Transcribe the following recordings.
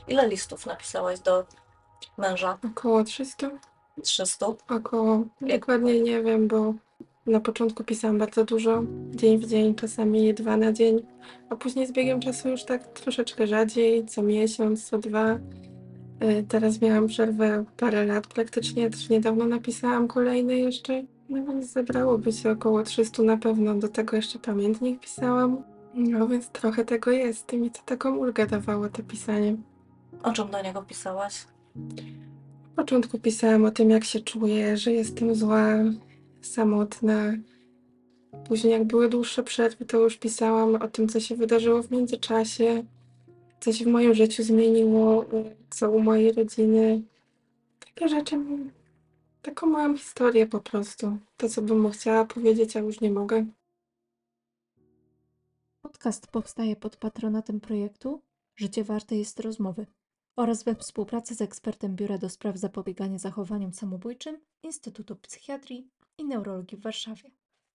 Ile listów napisałaś do męża? Około 300? 300? Około. Jak Dokładnie nie wiem, bo na początku pisałam bardzo dużo, dzień w dzień, czasami 2 na dzień, a później z biegiem czasu już tak troszeczkę rzadziej, co miesiąc, co 2. Teraz miałam przerwę parę lat praktycznie, też niedawno napisałam kolejny jeszcze, no więc zebrałoby się około 300 na pewno. Do tego jeszcze pamiętnik pisałam, no więc trochę tego jest i mi to taką ulgę dawało to pisanie. o czym do niego pisałaś? W początku pisałam o tym, jak się czuję, że jestem zła, samotna. Później, jak były dłuższe przerwy, to już pisałam o tym, co się wydarzyło w międzyczasie, co się w moim życiu zmieniło, co u mojej rodziny. Takie rzeczy, taką małą historię po prostu. To, co bym mu chciała powiedzieć, a już nie mogę. Podcast powstaje pod patronatem projektu Życie warte jest rozmowy oraz we współpracy z ekspertem Biura do Spraw Zapobiegania Zachowaniom Samobójczym Instytutu Psychiatrii i Neurologii w Warszawie.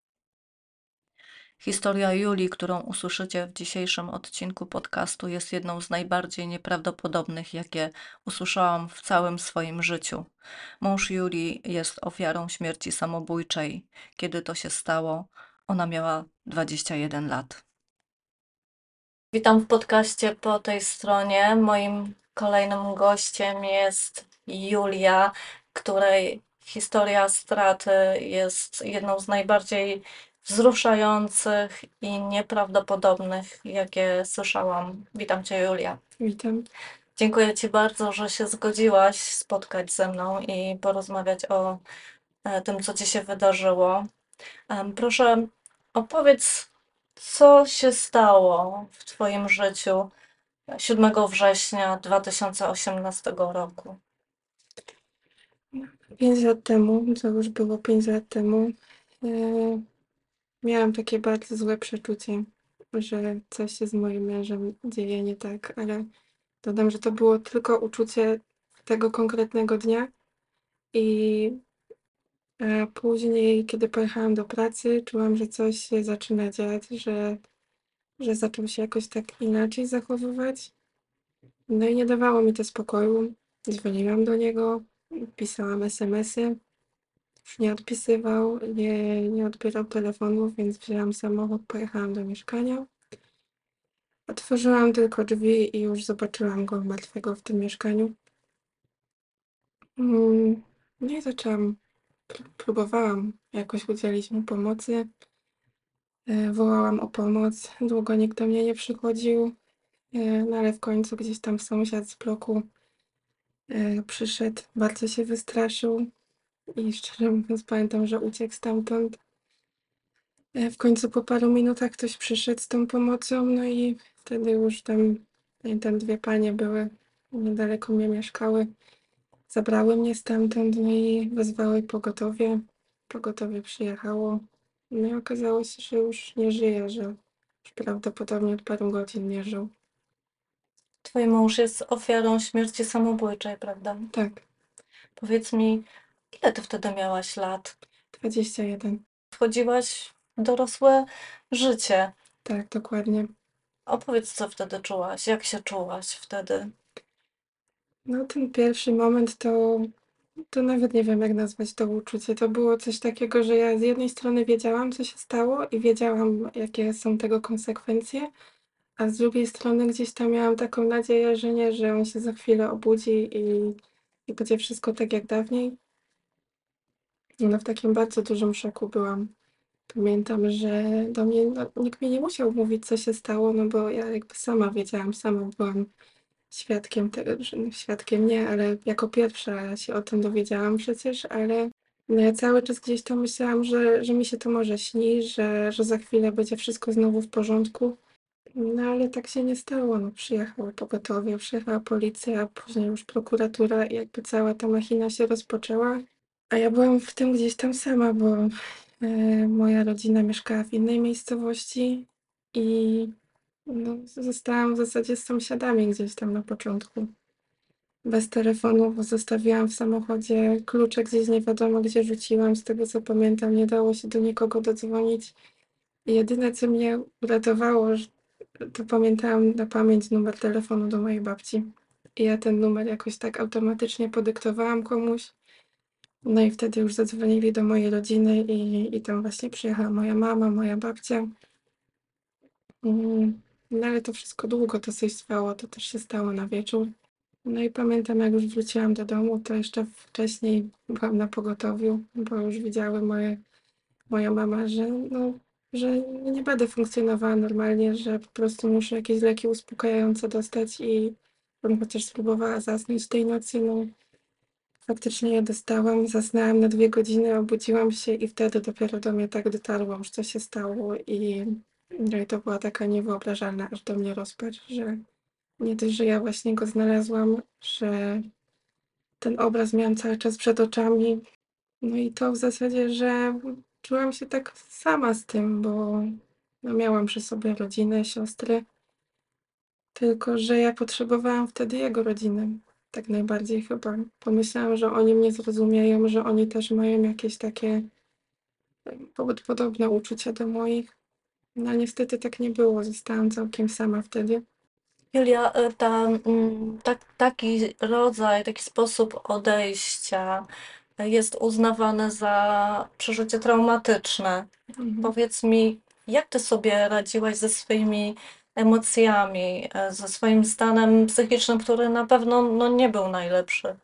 Historia Julii, którą usłyszycie w dzisiejszym odcinku podcastu, jest jedną z najbardziej nieprawdopodobnych, jakie usłyszałam w całym swoim życiu. Mąż Julii jest ofiarą śmierci samobójczej. Kiedy to się stało, ona miała 21 lat. Witam w podcaście po tej stronie. Moim kolejnym gościem jest Julia, której historia straty jest jedną z najbardziej wzruszających i nieprawdopodobnych, jakie słyszałam. Witam Cię, Julia. Witam. Dziękuję Ci bardzo, że się zgodziłaś spotkać ze mną i porozmawiać o tym, co Ci się wydarzyło. Proszę, opowiedz, co się stało w Twoim życiu 7 września 2018 roku. 5 lat temu, to już było 5 lat temu, miałam takie bardzo złe przeczucie, że coś się z moim mężem dzieje nie tak, ale dodam, że to było tylko uczucie tego konkretnego dnia i później, kiedy pojechałam do pracy, czułam, że coś się zaczyna dziać, że zaczął się jakoś tak inaczej zachowywać. No i nie dawało mi to spokoju. Dzwoniłam do niego, pisałam SMS-y, już nie odpisywał, nie odbierał telefonu, więc wzięłam samochód, pojechałam do mieszkania. Otworzyłam tylko drzwi i już zobaczyłam go martwego w tym mieszkaniu. No i próbowałam jakoś udzielić mu pomocy. Wołałam o pomoc, długo nikt do mnie nie przychodził, no ale w końcu gdzieś tam sąsiad z bloku przyszedł, bardzo się wystraszył i szczerze mówiąc pamiętam, że uciekł stamtąd. W końcu po paru minutach ktoś przyszedł z tą pomocą, no i wtedy już tam, pamiętam, 2 panie były, niedaleko mnie mieszkały. Zabrały mnie stamtąd, no i wezwały pogotowie. Pogotowie przyjechało. No i okazało się, że już nie żyje, że już prawdopodobnie od paru godzin nie żył. Twój mąż jest ofiarą śmierci samobójczej, prawda? Tak, Powiedz mi, ile ty wtedy miałaś lat? 21. Wchodziłaś w dorosłe życie. Tak, dokładnie. Opowiedz, co wtedy czułaś, jak się czułaś wtedy? No ten pierwszy moment to nawet nie wiem, jak nazwać to uczucie. To było coś takiego, że ja z jednej strony wiedziałam, co się stało i wiedziałam, jakie są tego konsekwencje, a z drugiej strony gdzieś tam miałam taką nadzieję, że nie, że on się za chwilę obudzi i będzie wszystko tak jak dawniej. No w takim bardzo dużym szoku byłam. Pamiętam, że do mnie nikt mi nie musiał mówić, co się stało, no bo ja jakby sama wiedziałam, sama byłam świadkiem tego, że świadkiem nie, ale jako pierwsza się o tym dowiedziałam przecież, ale no ja cały czas gdzieś tam myślałam, że mi się to może śni, że za chwilę będzie wszystko znowu w porządku. No ale tak się nie stało. No, przyjechało pogotowie, przyjechała policja, a później już prokuratura i jakby cała ta machina się rozpoczęła. A ja byłam w tym gdzieś tam sama, bo moja rodzina mieszkała w innej miejscowości i no, zostałam w zasadzie z sąsiadami gdzieś tam na początku. Bez telefonu, bo zostawiłam w samochodzie klucze gdzieś nie wiadomo gdzie rzuciłam. Z tego co pamiętam, nie dało się do nikogo dodzwonić. Jedyne co mnie uratowało, to pamiętałam na pamięć numer telefonu do mojej babci. i ja ten numer jakoś tak automatycznie podyktowałam komuś. No i wtedy już zadzwonili do mojej rodziny i tam właśnie przyjechała moja mama, moja babcia. No ale to wszystko długo dosyć trwało, to też się stało na wieczór. No i pamiętam, jak już wróciłam do domu, to jeszcze wcześniej byłam na pogotowiu, bo już widziały moja mama, że nie będę funkcjonowała normalnie, że po prostu muszę jakieś leki uspokajające dostać i bym chociaż spróbowała zasnąć tej nocy. No, faktycznie je dostałam, zasnęłam na 2 godziny, obudziłam się i wtedy dopiero do mnie tak dotarło, już co się stało no i to była taka niewyobrażalna aż do mnie rozpacz, że nie dość, że ja właśnie go znalazłam, że ten obraz miałam cały czas przed oczami. No i to w zasadzie, że czułam się tak sama z tym, bo no miałam przy sobie rodzinę, siostry, tylko że ja potrzebowałam wtedy jego rodziny. Tak najbardziej chyba. Pomyślałam, że oni mnie zrozumieją, że oni też mają jakieś takie podobne uczucia do moich. No ale niestety tak nie było. Zostałam całkiem sama wtedy. Julia, taki rodzaj, taki sposób odejścia jest uznawany za przeżycie traumatyczne. Mhm. Powiedz mi, jak ty sobie radziłaś ze swoimi emocjami, ze swoim stanem psychicznym, który na pewno no, nie był najlepszy?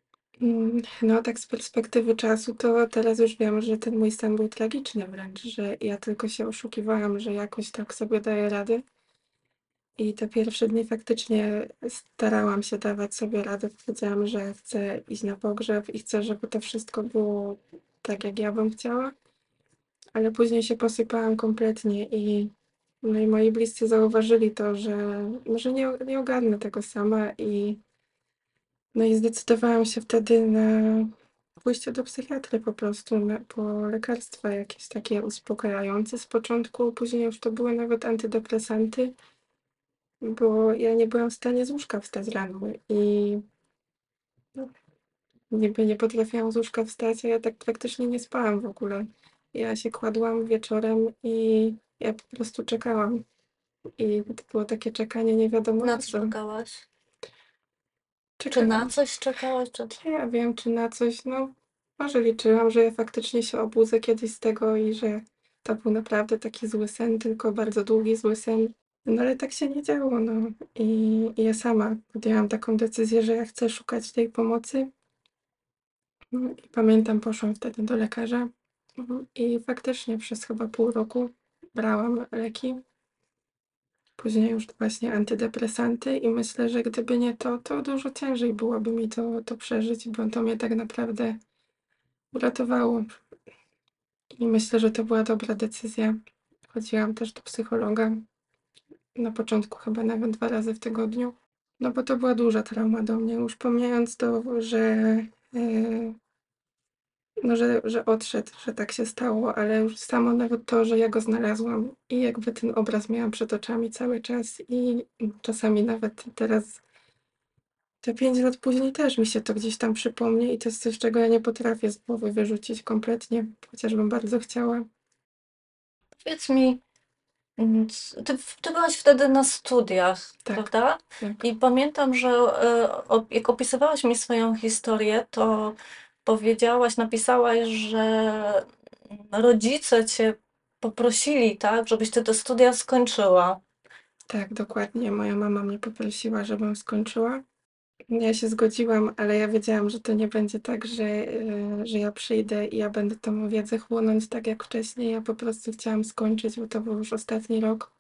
No tak z perspektywy czasu to teraz już wiem, że ten mój stan był tragiczny wręcz, że ja tylko się oszukiwałam, że jakoś tak sobie daję radę. I te pierwsze dni faktycznie starałam się dawać sobie radę. Powiedziałam, że chcę iść na pogrzeb i chcę, żeby to wszystko było tak, jak ja bym chciała, ale później się posypałam kompletnie no i moi bliscy zauważyli to, że nie ogarnę tego sama no i zdecydowałam się wtedy na pójście do psychiatry po prostu, po lekarstwa jakieś takie uspokajające z początku, później już to były nawet antydepresanty, bo ja nie byłam w stanie z łóżka wstać rano i no, niby nie potrafiłam z łóżka wstać, a ja tak praktycznie nie spałam w ogóle. Ja się kładłam wieczorem i ja po prostu czekałam. I to było takie czekanie nie wiadomo Na na co co. czekałaś? Czy na Czekałam. coś czekałaś? Nie ja wiem, czy na coś, no może liczyłam, że ja faktycznie się obudzę kiedyś z tego i że to był naprawdę taki zły sen, tylko bardzo długi zły sen. No ale tak się nie działo, no. I ja sama podjęłam taką decyzję, że ja chcę szukać tej pomocy. I pamiętam, poszłam wtedy do lekarza, i faktycznie przez chyba pół roku brałam leki, później już właśnie antydepresanty i myślę, że gdyby nie to, to dużo ciężej byłoby mi to przeżyć, bo to mnie tak naprawdę uratowało. I myślę, że to była dobra decyzja. Chodziłam też do psychologa, na początku chyba nawet 2 razy w tygodniu, no bo to była duża trauma do mnie, już pomijając to, yy, no, że odszedł, że tak się stało, ale już samo nawet to, że ja go znalazłam i jakby ten obraz miałam przed oczami cały czas i czasami nawet teraz, te 5 lat później też mi się to gdzieś tam przypomni i to jest coś, czego ja nie potrafię z głowy wyrzucić kompletnie, chociażbym bardzo chciała. Powiedz mi, ty byłaś wtedy na studiach, Tak, prawda? tak. I pamiętam, że jak opisywałaś mi swoją historię, to powiedziałaś, napisałaś, że rodzice cię poprosili, tak, żebyś ty te studia skończyła. Tak, dokładnie. Moja mama mnie poprosiła, żebym skończyła. Ja się zgodziłam, ale ja wiedziałam, że to nie będzie tak, że ja przyjdę i ja będę tą wiedzę chłonąć tak jak wcześniej. Ja po prostu chciałam skończyć, bo to był już ostatni rok.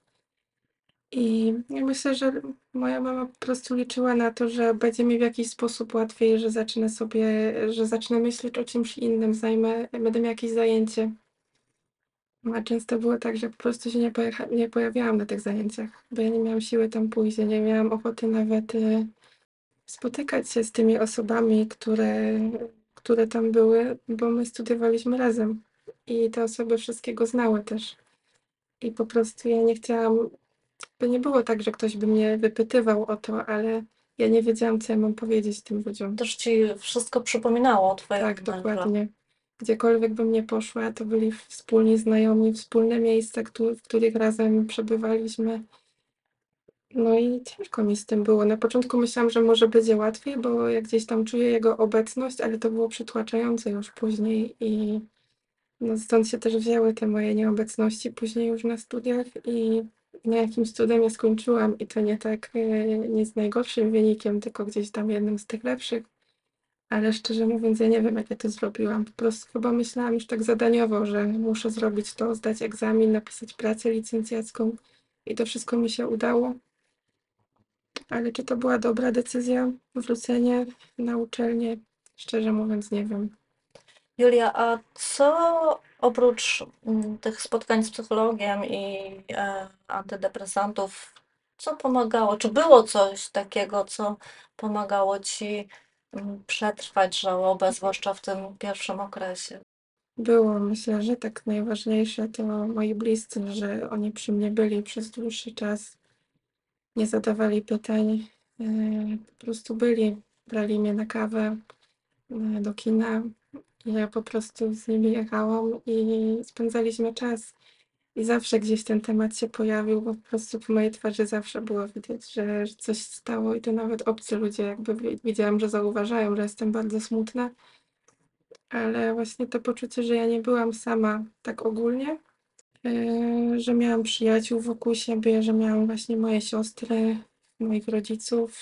I ja myślę, że moja mama po prostu liczyła na to, że będzie mi w jakiś sposób łatwiej, że zacznę myśleć o czymś innym, będę miała jakieś zajęcie. A często było tak, że po prostu się nie pojawiałam na tych zajęciach, bo ja nie miałam siły tam pójść, ja nie miałam ochoty nawet spotykać się z tymi osobami, które tam były, bo my studiowaliśmy razem i te osoby wszystkiego znały też. I po prostu ja nie chciałam, by nie było tak, że ktoś by mnie wypytywał o to, ale ja nie wiedziałam, co ja mam powiedzieć tym ludziom. Też ci wszystko przypominało o twojego Tak, męża. dokładnie. Gdziekolwiek bym nie poszła, to byli wspólni znajomi, wspólne miejsca, w których razem przebywaliśmy. No i ciężko mi z tym było. Na początku myślałam, że może będzie łatwiej, bo ja gdzieś tam czuję jego obecność, ale to było przytłaczające już później i no stąd się też wzięły te moje nieobecności później już na studiach i na jakimś cudem je skończyłam i to nie tak, nie z najgorszym wynikiem, tylko gdzieś tam jednym z tych lepszych. Ale szczerze mówiąc, ja nie wiem, jak ja to zrobiłam. Po prostu chyba myślałam już tak zadaniowo, że muszę zrobić to, zdać egzamin, napisać pracę licencjacką i to wszystko mi się udało. Ale czy to była dobra decyzja, wrócenie na uczelnię? Szczerze mówiąc, nie wiem. Julia, a co oprócz tych spotkań z psychologiem i antydepresantów, co pomagało? Czy było coś takiego, co pomagało ci przetrwać żałobę, zwłaszcza w tym pierwszym okresie? Było, myślę, że tak najważniejsze to moi bliscy, że oni przy mnie byli przez dłuższy czas, nie zadawali pytań, po prostu byli, brali mnie na kawę, do kina. Ja po prostu z nimi jechałam i spędzaliśmy czas. I zawsze gdzieś ten temat się pojawił, bo po prostu po mojej twarzy zawsze było widać, że coś się stało i to nawet obcy ludzie jakby widziałam, że zauważają, że jestem bardzo smutna, ale właśnie to poczucie, że ja nie byłam sama tak ogólnie, że miałam przyjaciół wokół siebie, że miałam właśnie moje siostry, moich rodziców.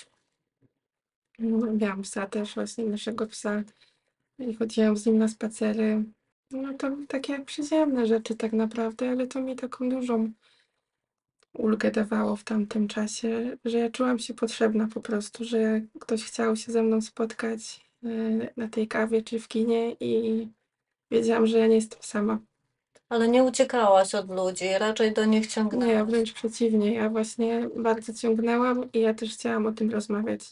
Miałam psa też, właśnie naszego psa i chodziłam z nim na spacery. No to takie przyziemne rzeczy tak naprawdę, ale to mi taką dużą ulgę dawało w tamtym czasie, że ja czułam się potrzebna po prostu, że ktoś chciał się ze mną spotkać, na tej kawie czy w kinie i wiedziałam, że ja nie jestem sama. Ale nie uciekałaś od ludzi, raczej do nich Nie, ciągnęłaś. wręcz przeciwnie, ja właśnie bardzo ciągnęłam i ja też chciałam o tym rozmawiać.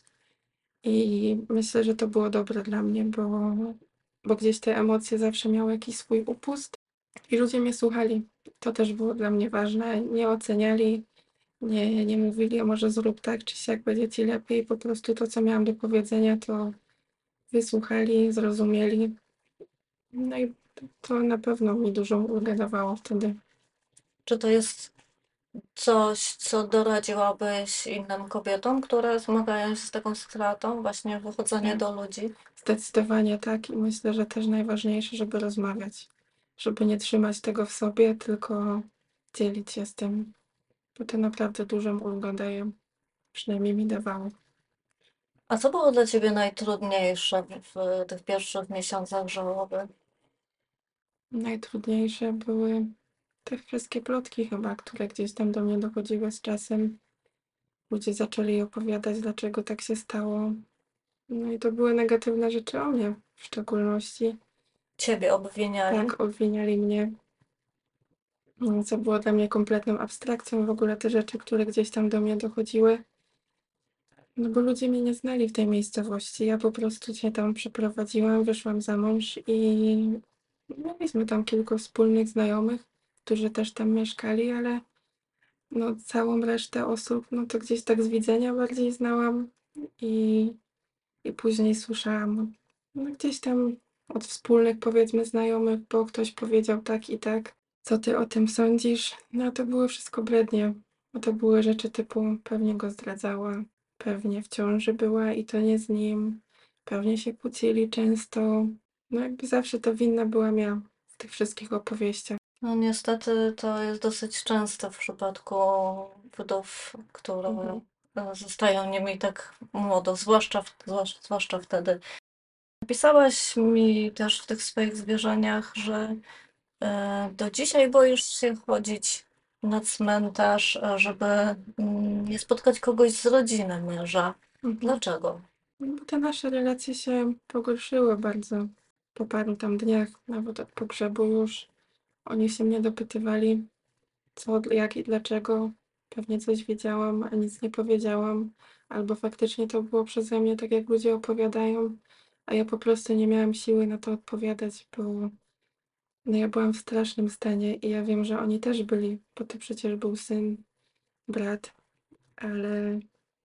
I myślę, że to było dobre dla mnie, bo gdzieś te emocje zawsze miały jakiś swój upust i ludzie mnie słuchali. To też było dla mnie ważne. Nie oceniali, nie mówili: „O może zrób tak czy siak, będzie ci lepiej”. Po prostu to, co miałam do powiedzenia, to wysłuchali, zrozumieli. No i to na pewno mi dużą ulgę dawało wtedy. Czy to jest coś, co doradziłabyś innym kobietom, które zmagają się z taką stratą, właśnie wychodzenie Tak, do ludzi? zdecydowanie tak i myślę, że też najważniejsze, żeby rozmawiać, żeby nie trzymać tego w sobie, tylko dzielić się z tym, bo to naprawdę dużą ulgę daje, przynajmniej mi dawało. A co było dla ciebie najtrudniejsze w tych pierwszych miesiącach żałoby? Najtrudniejsze były te wszystkie plotki chyba, które gdzieś tam do mnie dochodziły z czasem. Ludzie zaczęli opowiadać, dlaczego tak się stało. No i to były negatywne rzeczy o mnie w szczególności. Ciebie obwiniali? Tak, obwiniali mnie, co było dla mnie kompletną abstrakcją w ogóle te rzeczy, które gdzieś tam do mnie dochodziły. No bo ludzie mnie nie znali w tej miejscowości. Ja po prostu się tam przeprowadziłam, wyszłam za mąż i mieliśmy tam kilku wspólnych znajomych, którzy też tam mieszkali, ale no całą resztę osób, no to gdzieś tak z widzenia bardziej znałam i i później słyszałam, no gdzieś tam od wspólnych, powiedzmy, znajomych, bo ktoś powiedział tak i tak. Co ty o tym sądzisz? No to były wszystko brednie. Bo to były rzeczy typu pewnie go zdradzała, pewnie w ciąży była i to nie z nim, pewnie się kłócili często. No jakby zawsze to winna byłam ja w tych wszystkich opowieściach. No niestety to jest dosyć częste w przypadku wdów, które Mhm. zostają nimi tak młodo, zwłaszcza wtedy. Napisałaś mi też w tych swoich zwierzeniach, że do dzisiaj boisz się chodzić na cmentarz, żeby nie spotkać kogoś z rodziny męża. Mhm. Dlaczego? No bo te nasze relacje się pogorszyły bardzo po paru tam dniach, nawet od pogrzebu już. Oni się mnie dopytywali, co, jak i dlaczego. Pewnie coś wiedziałam, a nic nie powiedziałam, albo faktycznie to było przeze mnie, tak jak ludzie opowiadają, a ja po prostu nie miałam siły na to odpowiadać, bo no ja byłam w strasznym stanie i ja wiem, że oni też byli, bo to przecież był syn, brat, ale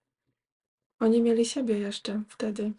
oni mieli siebie jeszcze wtedy.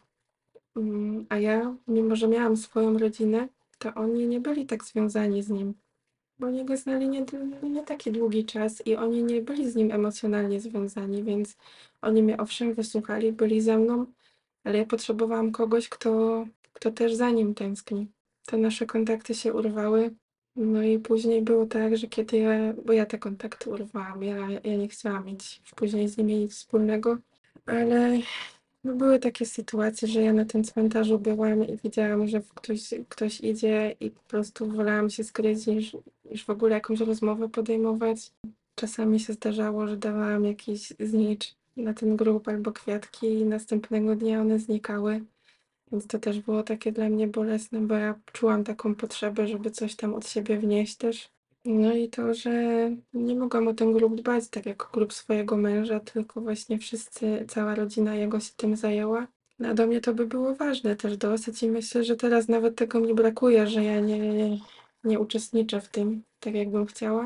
A ja, mimo że miałam swoją rodzinę, to oni nie byli tak związani z nim. bo oni go znali nie taki długi czas i oni nie byli z nim emocjonalnie związani, więc oni mnie owszem wysłuchali, byli ze mną, ale ja potrzebowałam kogoś, kto też za nim tęskni. Te nasze kontakty się urwały. No i później było tak, że bo ja te kontakty urwałam, ja nie chciałam mieć już później z nimi nic wspólnego, ale no były takie sytuacje, że ja na tym cmentarzu byłam i widziałam, że ktoś idzie i po prostu wolałam się skryć niż w ogóle jakąś rozmowę podejmować. Czasami się zdarzało, że dawałam jakiś znicz na ten grób albo kwiatki i następnego dnia one znikały. Więc to też było takie dla mnie bolesne, bo ja czułam taką potrzebę, żeby coś tam od siebie wnieść też. No i to, że nie mogłam o ten grób dbać tak jak o grób swojego męża, tylko właśnie cała rodzina jego się tym zajęła. No a do mnie to by było ważne też dosyć i myślę, że teraz nawet tego mi brakuje, że ja nie uczestniczę w tym tak jakbym chciała.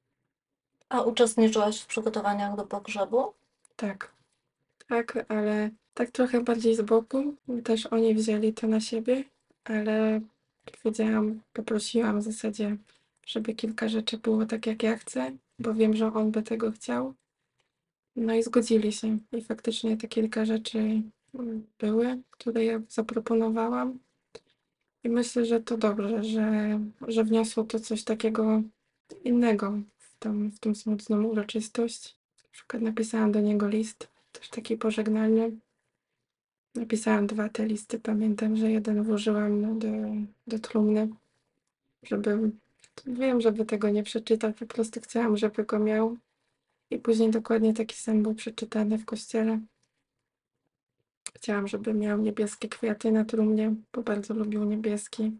A uczestniczyłaś w przygotowaniach do pogrzebu? Tak, tak, ale tak trochę bardziej z boku. Też oni wzięli to na siebie, ale jak powiedziałam, poprosiłam w zasadzie, żeby kilka rzeczy było tak, jak ja chcę, bo wiem, że on by tego chciał. No i zgodzili się. I faktycznie te kilka rzeczy były, które ja zaproponowałam. I myślę, że to dobrze, że wniosło to coś takiego innego w tą smutną uroczystość. Na przykład napisałam do niego list, też taki pożegnalny. Napisałam 2 te listy. Pamiętam, że jeden włożyłam do trumny, żeby wiem, żeby tego nie przeczytał, po prostu chciałam, żeby go miał. I później dokładnie taki sam był przeczytany w kościele. Chciałam, żeby miał niebieskie kwiaty na trumnie, bo bardzo lubił niebieski.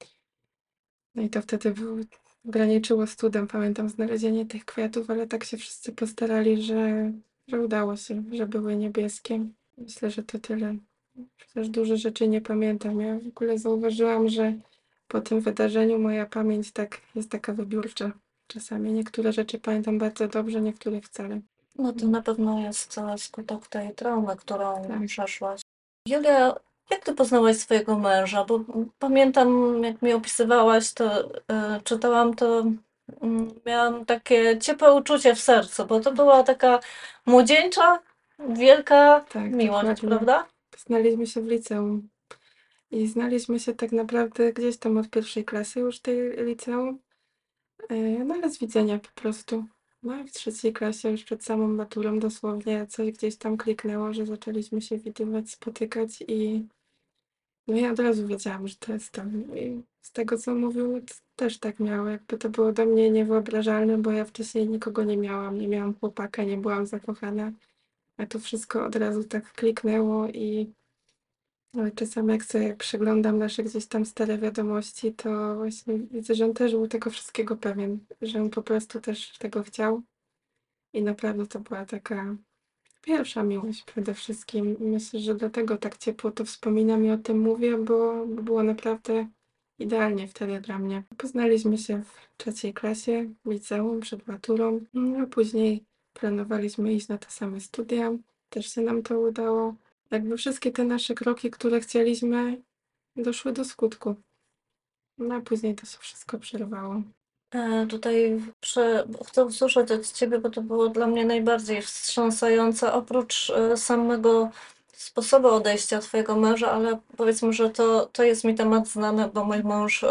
No i to wtedy graniczyło z cudem, pamiętam, znalezienie tych kwiatów, ale tak się wszyscy postarali, że udało się, że były niebieskie. Myślę, że to tyle. Też dużo rzeczy nie pamiętam. Ja w ogóle zauważyłam, że po tym wydarzeniu moja pamięć jest taka wybiórcza. Czasami niektóre rzeczy pamiętam bardzo dobrze, niektóre wcale. No to na pewno jest skutek tej traumy, którą Tak. przeszłaś. Julia, jak ty poznałaś swojego męża? Bo pamiętam, jak mi opisywałaś, to czytałam to, miałam takie ciepłe uczucie w sercu, bo to była taka młodzieńcza, wielka Tak, miłość, dokładnie. prawda? Znaliśmy się w liceum i znaliśmy się tak naprawdę gdzieś tam od 1. klasy już tej liceum, no ale z widzenia po prostu. No i w 3. klasie już przed samą maturą dosłownie coś gdzieś tam kliknęło, że zaczęliśmy się widywać, spotykać i no ja od razu wiedziałam, że to jest to. I z tego, co mówił, też tak miało. Jakby to było do mnie niewyobrażalne, bo ja wcześniej nikogo nie miałam. Nie miałam chłopaka, nie byłam zakochana. A to wszystko od razu tak kliknęło i no i czasami jak sobie przeglądam nasze gdzieś tam stare wiadomości, to właśnie widzę, że on też był tego wszystkiego pewien, że on po prostu też tego chciał. I naprawdę to była taka pierwsza miłość przede wszystkim. I myślę, że dlatego tak ciepło to wspominam i o tym mówię, bo było naprawdę idealnie wtedy dla mnie. Poznaliśmy się w 3. klasie w liceum przed maturą, a później planowaliśmy iść na te same studia. Też się nam to udało. Jakby wszystkie te nasze kroki, które chcieliśmy, doszły do skutku. No a później to się wszystko przerwało. Tutaj chcę usłyszeć od ciebie, bo to było dla mnie najbardziej wstrząsające, oprócz samego sposobu odejścia twojego męża, ale powiedzmy, że to jest mi temat znany, bo mój mąż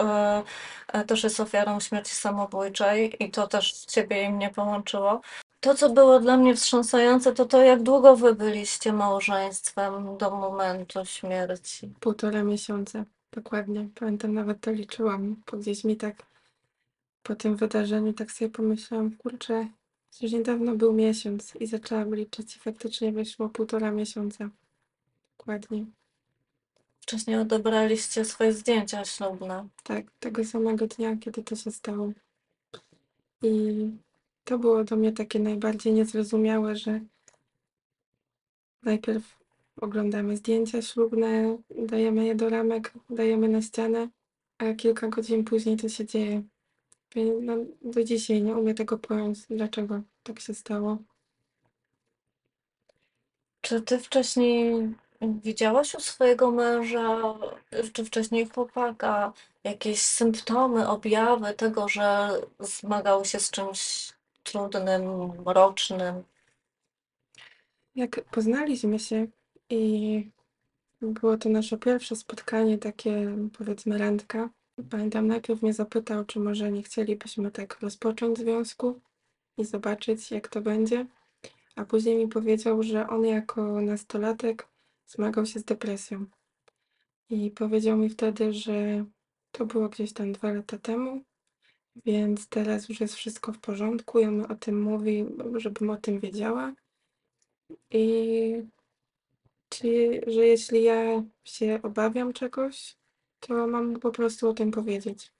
też jest ofiarą śmierci samobójczej i to też ciebie i mnie połączyło. To, co było dla mnie wstrząsające, to jak długo wy byliście małżeństwem do momentu śmierci. 1,5 miesiąca, dokładnie. Pamiętam, nawet to liczyłam, bo gdzieś mi tak po tym wydarzeniu tak sobie pomyślałam, kurczę, przecież niedawno był miesiąc i zaczęłam liczyć i faktycznie wyszło 1,5 miesiąca. Dokładnie. Wcześniej odebraliście swoje zdjęcia ślubne. Tak, tego samego dnia, kiedy to się stało. I to było do mnie takie najbardziej niezrozumiałe, że najpierw oglądamy zdjęcia ślubne, dajemy je do ramek, dajemy na ścianę, a kilka godzin później to się dzieje. No, do dzisiaj nie umiem tego pojąć, dlaczego tak się stało. Czy ty wcześniej Widziałaś u swojego męża, czy wcześniej chłopaka, jakieś symptomy, objawy tego, że zmagał się z czymś trudnym, mrocznym? Jak poznaliśmy się i było to nasze pierwsze spotkanie, takie powiedzmy randka, pamiętam, najpierw mnie zapytał, czy może nie chcielibyśmy tak rozpocząć związku i zobaczyć, jak to będzie, a później mi powiedział, że on jako nastolatek zmagał się z depresją. I powiedział mi wtedy, że to było gdzieś tam 2 lata temu, więc teraz już jest wszystko w porządku i on o tym mówi, żebym o tym wiedziała. I że jeśli ja się obawiam czegoś, to mam mu po prostu o tym powiedzieć.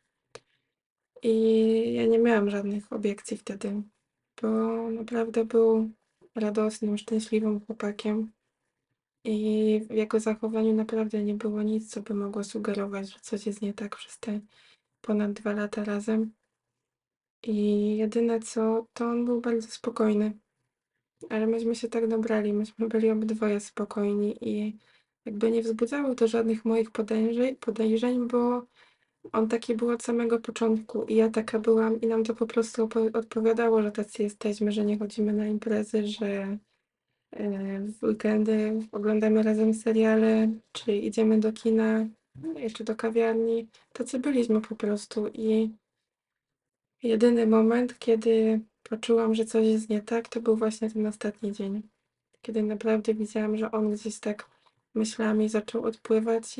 I ja nie miałam żadnych obiekcji wtedy, bo naprawdę był radosnym, szczęśliwym chłopakiem. I w jego zachowaniu naprawdę nie było nic, co by mogło sugerować, że coś jest nie tak przez te ponad 2 lata razem. I jedyne co, to on był bardzo spokojny, ale myśmy się tak dobrali, myśmy byli obydwoje spokojni i jakby nie wzbudzało to żadnych moich podejrzeń, bo on taki był od samego początku i ja taka byłam i nam to po prostu odpowiadało, że tacy jesteśmy, że nie chodzimy na imprezy, że w weekendy oglądamy razem seriale, czy idziemy do kina, czy do kawiarni. Tacy byliśmy po prostu i jedyny moment, kiedy poczułam, że coś jest nie tak, to był właśnie ten ostatni dzień, kiedy naprawdę widziałam, że on gdzieś tak myślami zaczął odpływać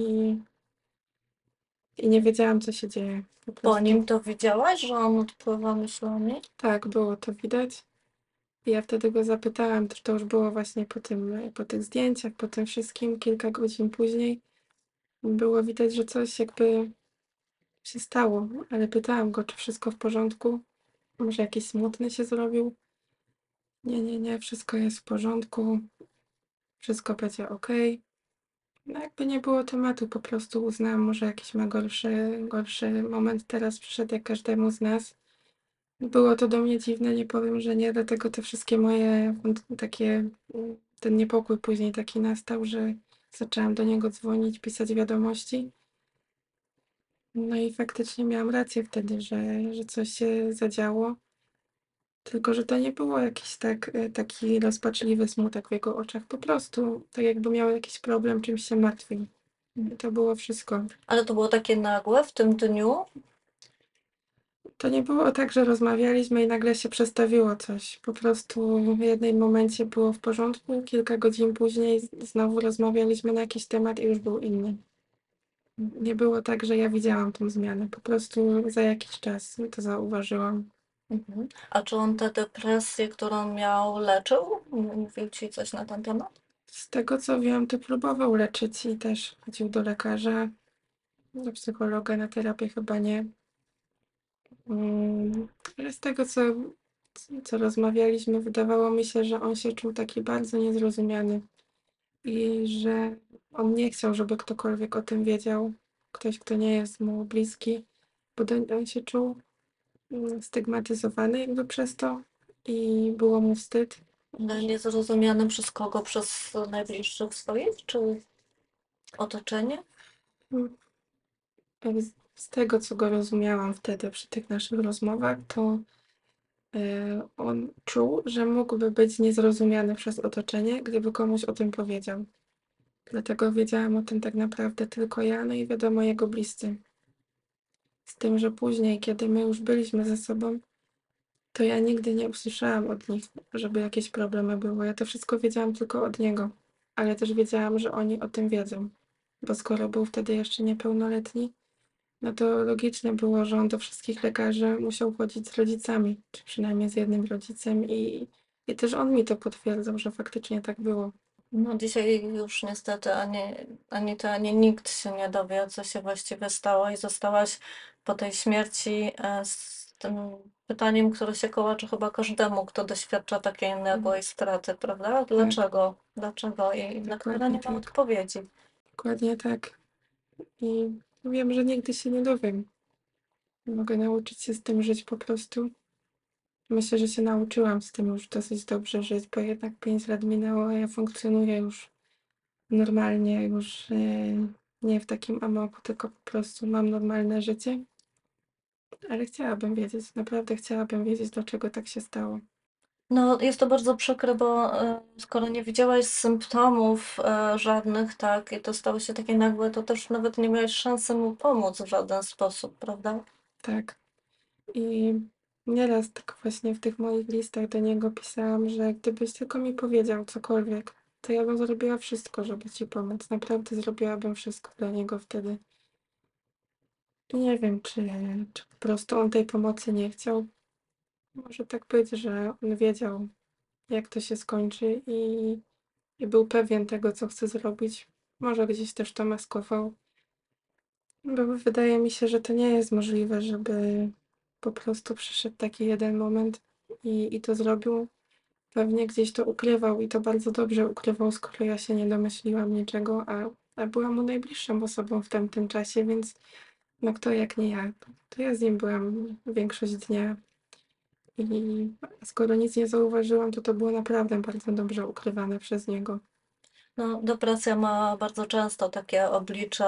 i nie wiedziałam, co się dzieje po Po nim prostu. to widziałaś, że on odpływa myślami? Tak, było to widać. I ja wtedy go zapytałam, to już było właśnie po tych zdjęciach, po tym wszystkim, kilka godzin później. Było widać, że coś jakby się stało, ale pytałam go, czy wszystko w porządku. Może jakiś smutny się zrobił. Nie, nie, nie, wszystko jest w porządku, wszystko będzie okej. No jakby nie było tematu, po prostu uznałam, może jakiś ma gorszy moment teraz przyszedł jak każdemu z nas. Było to do mnie dziwne, nie powiem, że nie, dlatego te wszystkie moje takie, ten niepokój później taki nastał, że zaczęłam do niego dzwonić, pisać wiadomości. No i faktycznie miałam rację wtedy, że coś się zadziało. Tylko że to nie było jakiś taki rozpaczliwy smutek w jego oczach. Po prostu tak jakby miał jakiś problem, czymś się martwił. To było wszystko. Ale to było takie nagłe w tym dniu? To nie było tak, że rozmawialiśmy i nagle się przestawiło coś. Po prostu w jednym momencie było w porządku, kilka godzin później znowu rozmawialiśmy na jakiś temat i już był inny. Nie było tak, że ja widziałam tą zmianę. Po prostu za jakiś czas to zauważyłam. Mhm. A czy on tę depresję, którą miał, leczył? Mówił ci coś na ten temat? Z tego co wiem, to próbował leczyć i też chodził do lekarza, do psychologa, na terapię chyba nie. Ale z tego co rozmawialiśmy, wydawało mi się, że on się czuł taki bardzo niezrozumiany i że on nie chciał, żeby ktokolwiek o tym wiedział, ktoś, kto nie jest mu bliski, bo on się czuł stygmatyzowany jakby przez to i było mu wstyd. Ale niezrozumiany przez kogo? Przez najbliższych swoich, czy otoczenie? Mm, z tego, co go rozumiałam wtedy przy tych naszych rozmowach, to on czuł, że mógłby być niezrozumiany przez otoczenie, gdyby komuś o tym powiedział. Dlatego wiedziałam o tym tak naprawdę tylko ja, no i wiadomo jego bliscy. Z tym, że później, kiedy my już byliśmy ze sobą, to ja nigdy nie usłyszałam od nich, żeby jakieś problemy były. Ja to wszystko wiedziałam tylko od niego, ale też wiedziałam, że oni o tym wiedzą, bo skoro był wtedy jeszcze niepełnoletni, no to logiczne było, że on do wszystkich lekarzy musiał chodzić z rodzicami, czy przynajmniej z jednym rodzicem i też on mi to potwierdzał, że faktycznie tak było. No dzisiaj już niestety ani ty, ani nikt się nie dowie, co się właściwie stało i zostałaś po tej śmierci z tym pytaniem, które się kołacze chyba każdemu, kto doświadcza takiej nagłej straty, prawda? Tak, Dlaczego? Dlaczego? I na które dokładnie nie ma tak. odpowiedzi. Dokładnie tak. I wiem, że nigdy się nie dowiem. Mogę nauczyć się z tym żyć po prostu. Myślę, że się nauczyłam z tym już dosyć dobrze żyć, bo jednak 5 lat minęło, a ja funkcjonuję już normalnie już, nie w takim amoku, tylko po prostu mam normalne życie. Ale chciałabym wiedzieć, naprawdę chciałabym wiedzieć, dlaczego tak się stało. No, jest to bardzo przykre, bo skoro nie widziałaś symptomów żadnych, tak, i to stało się takie nagłe, to też nawet nie miałeś szansy mu pomóc w żaden sposób, prawda? Tak. I nieraz tak właśnie w tych moich listach do niego pisałam, że gdybyś tylko mi powiedział cokolwiek, to ja bym zrobiła wszystko, żeby ci pomóc. Naprawdę zrobiłabym wszystko dla niego wtedy. I nie wiem, czy po prostu on tej pomocy nie chciał. Może tak być, że on wiedział, jak to się skończy i był pewien tego, co chce zrobić. Może gdzieś też to maskował. Bo wydaje mi się, że to nie jest możliwe, żeby po prostu przyszedł taki jeden moment i to zrobił. Pewnie gdzieś to ukrywał i to bardzo dobrze ukrywał, skoro ja się nie domyśliłam niczego, a byłam mu najbliższą osobą w tamtym czasie, więc no kto jak nie ja. To ja z nim byłam większość dnia i skoro nic nie zauważyłam, to było naprawdę bardzo dobrze ukrywane przez niego. No, depresja ma bardzo często takie oblicze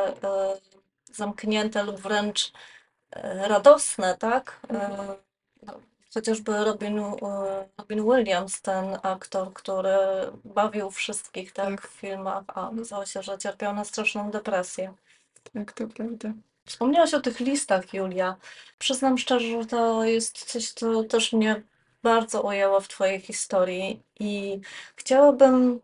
zamknięte lub wręcz radosne, tak? No, chociażby Robin Williams, ten aktor, który bawił wszystkich, tak, Tak, w filmach, a okazało się, że cierpiał na straszną depresję. tak, to prawda. Wspomniałaś o tych listach, Julia. Przyznam szczerze, że to jest coś, co też mnie bardzo ujęło w Twojej historii i chciałabym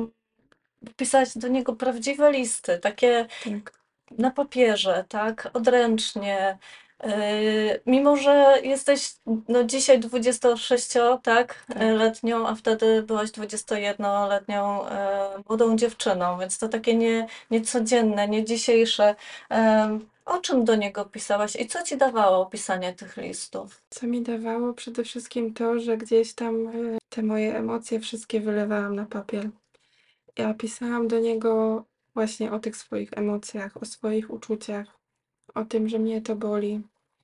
pisać do niego prawdziwe listy, takie Tak, na papierze, tak, odręcznie. Mimo że jesteś no, dzisiaj 26, tak, tak. letnią, a wtedy byłaś 21-letnią młodą dziewczyną, więc to takie niecodzienne, nie dzisiejsze. O czym do niego pisałaś i co ci dawało pisanie tych listów? Co mi dawało przede wszystkim to, że gdzieś tam te moje emocje wszystkie wylewałam na papier. Ja pisałam do niego właśnie o tych swoich emocjach, o swoich uczuciach, o tym, że mnie to boli,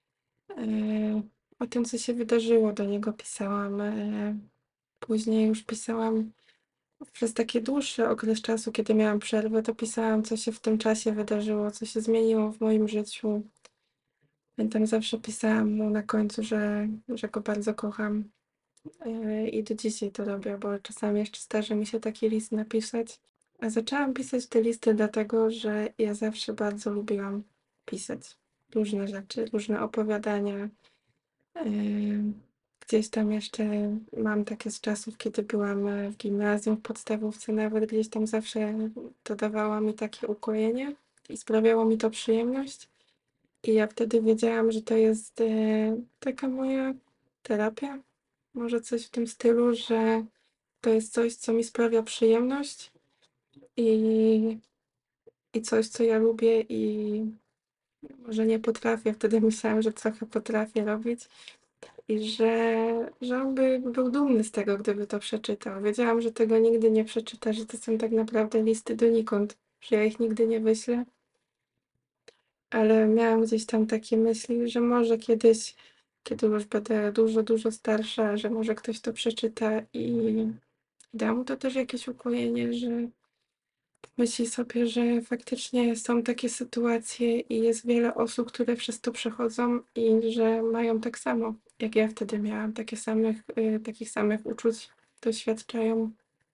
o tym, co się wydarzyło, do niego pisałam. Później już pisałam przez taki dłuższy okres czasu, kiedy miałam przerwę, to pisałam, co się w tym czasie wydarzyło, co się zmieniło w moim życiu. Pamiętam, zawsze pisałam mu na końcu, że go bardzo kocham. I do dzisiaj to robię, bo czasami jeszcze zdarzy mi się taki list napisać. A zaczęłam pisać te listy dlatego, że ja zawsze bardzo lubiłam pisać różne rzeczy, różne opowiadania. Yy, Gdzieś tam jeszcze mam takie z czasów, kiedy byłam w gimnazjum, w podstawówce nawet, gdzieś tam zawsze to dawało mi takie ukojenie i sprawiało mi to przyjemność. I ja wtedy wiedziałam, że to jest taka moja terapia, może coś w tym stylu, że to jest coś, co mi sprawia przyjemność i, i coś, co ja lubię i może nie potrafię. Wtedy myślałam, że trochę potrafię robić i że on by był dumny z tego, gdyby to przeczytał. Wiedziałam, że tego nigdy nie przeczyta, że to są tak naprawdę listy donikąd, że ja ich nigdy nie wyślę, ale miałam gdzieś tam takie myśli, że może kiedyś, kiedy już będę dużo, dużo starsza, że może ktoś to przeczyta i da mu to też jakieś ukojenie, że myśli sobie, że faktycznie są takie sytuacje i jest wiele osób, które przez to przechodzą i że mają tak samo, jak ja wtedy miałam, takich samych uczuć doświadczają.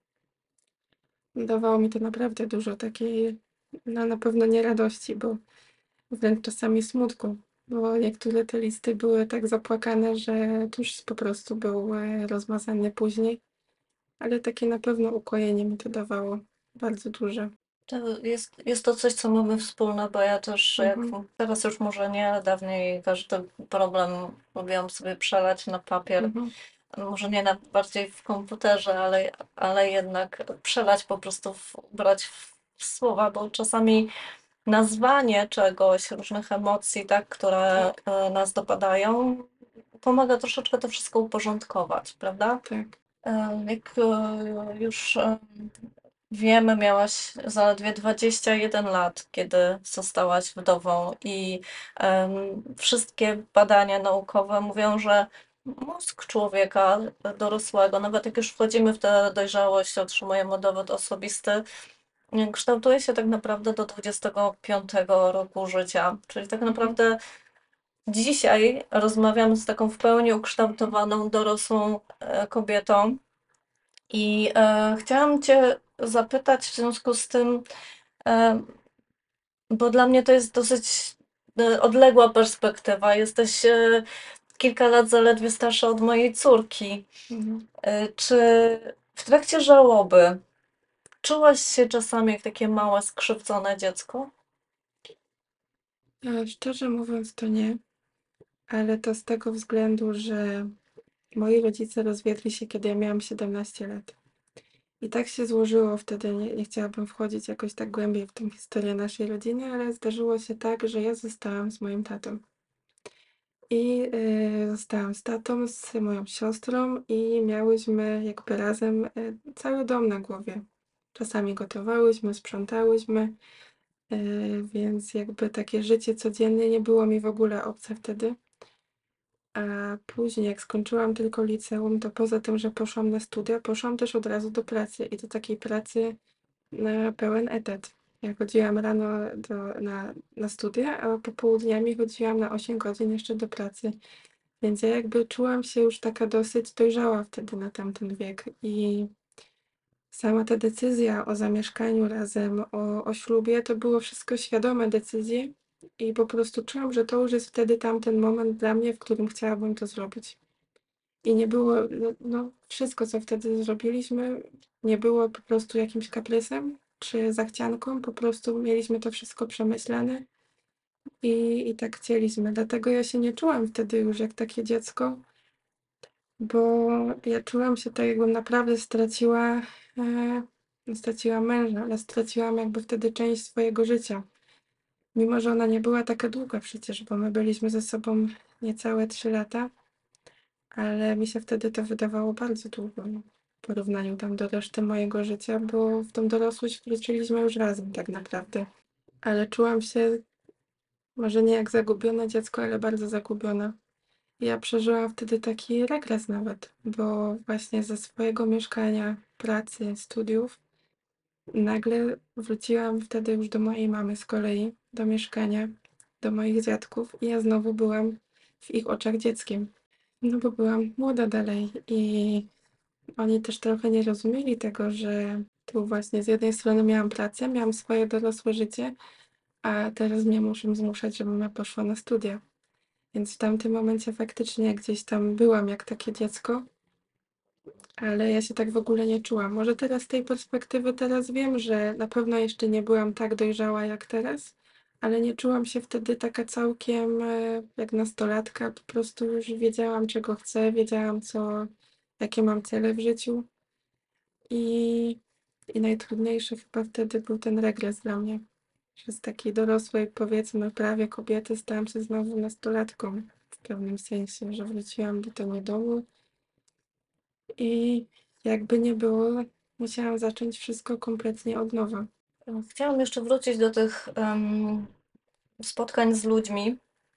Dawało mi to naprawdę dużo takiej, no na pewno nie radości, bo wręcz czasami smutku, bo niektóre te listy były tak zapłakane, że tuż po prostu był rozmazany później, ale takie na pewno ukojenie mi to dawało, bardzo duże. To jest to coś, co mamy wspólne, bo ja też, jak Mhm, teraz już może nie, ale dawniej każdy problem lubiłam sobie przelać na papier. mhm, Może nie bardziej w komputerze, ale jednak przelać po prostu, ubrać w słowa, bo czasami nazwanie czegoś, różnych emocji, tak, które tak, nas dopadają, pomaga troszeczkę to wszystko uporządkować, prawda? tak, Jak już wiemy, miałaś zaledwie 21 lat, kiedy zostałaś wdową i wszystkie badania naukowe mówią, że mózg człowieka dorosłego, nawet jak już wchodzimy w tę dojrzałość, otrzymujemy dowód osobisty, kształtuje się tak naprawdę do 25 roku życia, czyli tak Mhm. naprawdę dzisiaj rozmawiam z taką w pełni ukształtowaną, dorosłą kobietą i chciałam Cię zapytać w związku z tym, e, bo dla mnie to jest dosyć odległa perspektywa. Jesteś kilka lat zaledwie starsza od mojej córki. Mhm. Czy w trakcie żałoby czułaś się czasami jak takie małe, skrzywdzone dziecko? Szczerze mówiąc, to nie, ale to z tego względu, że moi rodzice rozwiedli się, kiedy ja miałam 17 lat. I tak się złożyło wtedy, nie chciałabym wchodzić jakoś tak głębiej w tą historię naszej rodziny, ale zdarzyło się tak, że ja zostałam z moim tatą. I zostałam z tatą, z moją siostrą i miałyśmy jakby razem cały dom na głowie. Czasami gotowałyśmy, sprzątałyśmy, więc jakby takie życie codzienne nie było mi w ogóle obce wtedy. A później, jak skończyłam tylko liceum, to poza tym, że poszłam na studia, poszłam też od razu do pracy i do takiej pracy na pełen etat. Ja chodziłam rano na studia, a popołudniami chodziłam na 8 godzin jeszcze do pracy. Więc ja jakby czułam się już taka dosyć dojrzała wtedy na tamten wiek i sama ta decyzja o zamieszkaniu razem, o ślubie, to było wszystko świadome decyzje i po prostu czułam, że to już jest wtedy tamten moment dla mnie, w którym chciałabym to zrobić. I nie było, no wszystko, co wtedy zrobiliśmy, nie było po prostu jakimś kaprysem czy zachcianką, po prostu mieliśmy to wszystko przemyślane i tak chcieliśmy. Dlatego ja się nie czułam wtedy już jak takie dziecko, bo ja czułam się tak, jakbym naprawdę straciła męża, ale straciłam jakby wtedy część swojego życia. Mimo że ona nie była taka długa przecież, bo my byliśmy ze sobą niecałe 3 lata, ale mi się wtedy to wydawało bardzo długo w porównaniu tam do reszty mojego życia, bo w tą dorosłość wkroczyliśmy już razem tak naprawdę. Ale czułam się może nie jak zagubione dziecko, ale bardzo zagubiona. Ja przeżyłam wtedy taki regres nawet, bo właśnie ze swojego mieszkania, pracy, studiów nagle wróciłam wtedy już do mojej mamy z kolei, do mieszkania, do moich dziadków i ja znowu byłam w ich oczach dzieckiem. No bo byłam młoda dalej i oni też trochę nie rozumieli tego, że tu właśnie z jednej strony miałam pracę, miałam swoje dorosłe życie, a teraz mnie muszą zmuszać, żebym ja poszła na studia. Więc w tamtym momencie faktycznie gdzieś tam byłam jak takie dziecko, ale ja się tak w ogóle nie czułam. Może teraz z tej perspektywy teraz wiem, że na pewno jeszcze nie byłam tak dojrzała jak teraz, ale nie czułam się wtedy taka całkiem jak nastolatka. Po prostu już wiedziałam, czego chcę, wiedziałam, jakie mam cele w życiu i, i najtrudniejszy chyba wtedy był ten regres dla mnie. Że z takiej dorosłej, powiedzmy, prawie kobiety stałam się znowu nastolatką w pewnym sensie, że wróciłam do tego domu i jakby nie było, musiałam zacząć wszystko kompletnie od nowa. Chciałam jeszcze wrócić do tych spotkań z ludźmi.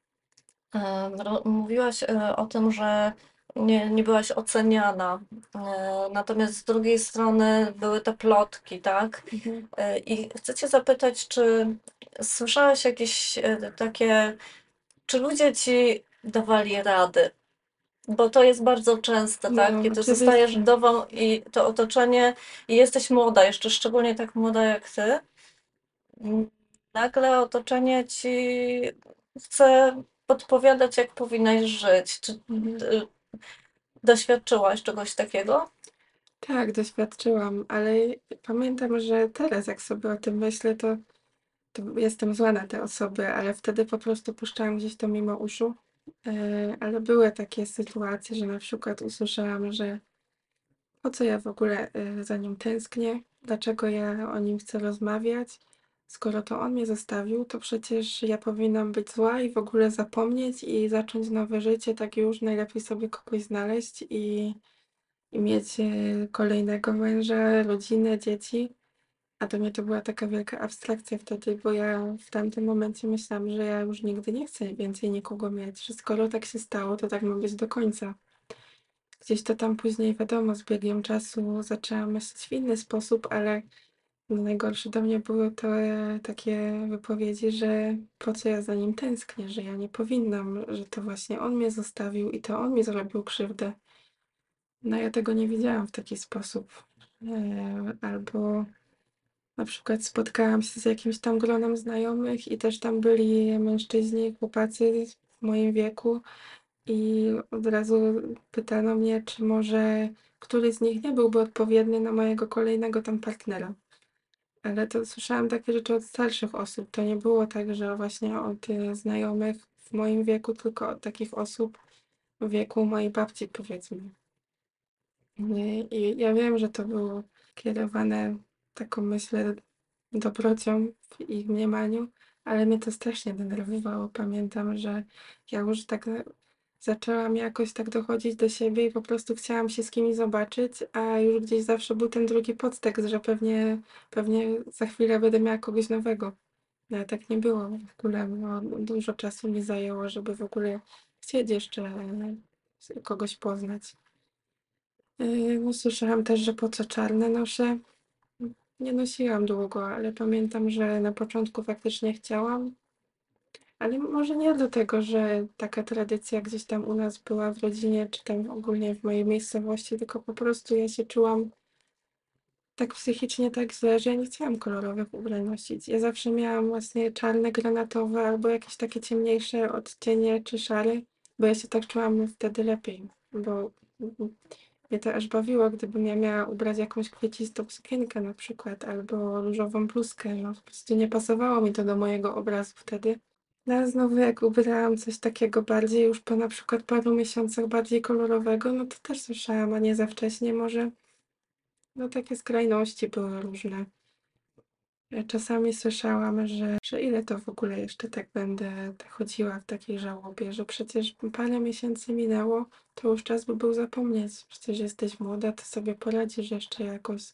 Mówiłaś o tym, że nie byłaś oceniana, natomiast z drugiej strony były te plotki, tak? Mhm. I chcę Cię zapytać, czy słyszałaś jakieś takie, czy ludzie Ci dawali rady? Bo to jest bardzo częste, tak? No, Kiedy zostajesz oczywiście. wdową i to otoczenie, i jesteś młoda, jeszcze szczególnie tak młoda jak Ty, nagle otoczenie Ci chce podpowiadać, jak powinnaś żyć. Czy Mhm. Ty doświadczyłaś czegoś takiego? Tak, doświadczyłam, ale pamiętam, że teraz jak sobie o tym myślę, to jestem zła na te osoby, ale wtedy po prostu puszczałam gdzieś to mimo uszu. Ale były takie sytuacje, że na przykład usłyszałam, że po co ja w ogóle za nim tęsknię, dlaczego ja o nim chcę rozmawiać, skoro to on mnie zostawił, to przecież ja powinnam być zła i w ogóle zapomnieć i zacząć nowe życie, tak już najlepiej sobie kogoś znaleźć i mieć kolejnego męża, rodzinę, dzieci. A dla mnie to była taka wielka abstrakcja wtedy, bo ja w tamtym momencie myślałam, że ja już nigdy nie chcę więcej nikogo mieć, że skoro tak się stało, to tak ma być do końca. Gdzieś to tam później, wiadomo, z biegiem czasu zaczęłam myśleć w inny sposób, ale Najgorsze do mnie były te takie wypowiedzi, że po co ja za nim tęsknię, że ja nie powinnam, że to właśnie on mnie zostawił i to on mi zrobił krzywdę. No ja tego nie widziałam w taki sposób. Albo na przykład spotkałam się z jakimś tam gronem znajomych i też tam byli mężczyźni, chłopacy w moim wieku i od razu pytano mnie, czy może któryś z nich nie byłby odpowiedni na mojego kolejnego tam partnera. Ale to słyszałam takie rzeczy od starszych osób. To nie było tak, że właśnie od znajomych w moim wieku, tylko od takich osób w wieku mojej babci, powiedzmy. I ja wiem, że to było kierowane taką, myślę, dobrocią w ich mniemaniu, ale mnie to strasznie denerwowało. Pamiętam, że ja już tak zaczęłam jakoś tak dochodzić do siebie i po prostu chciałam się z kimś zobaczyć, a już gdzieś zawsze był ten drugi podtekst, że pewnie za chwilę będę miała kogoś nowego. No, ale tak nie było w ogóle. No, dużo czasu mi zajęło, żeby w ogóle chcieć jeszcze kogoś poznać. No, słyszałam też, że po co czarne noszę. Nie nosiłam długo, ale pamiętam, że na początku faktycznie chciałam, ale może nie dlatego, że taka tradycja gdzieś tam u nas była w rodzinie, czy tam ogólnie w mojej miejscowości, tylko po prostu ja się czułam tak psychicznie tak źle, że ja nie chciałam kolorowych ubrań nosić. Ja zawsze miałam właśnie czarne, granatowe albo jakieś takie ciemniejsze odcienie czy szary, bo ja się tak czułam wtedy lepiej, bo mnie to aż bawiło, gdybym ja miała ubrać jakąś kwiecistą sukienkę na przykład, albo różową bluzkę, no po prostu nie pasowało mi to do mojego obrazu wtedy. No ale znowu jak ubrałam coś takiego bardziej już po na przykład paru miesiącach bardziej kolorowego, no to też słyszałam, a nie za wcześnie może. No takie skrajności były różne. Czasami słyszałam, że ile to w ogóle jeszcze tak będę chodziła w takiej żałobie, że przecież parę miesięcy minęło, to już czas by był zapomnieć. Przecież jesteś młoda, to sobie poradzisz jeszcze jakoś.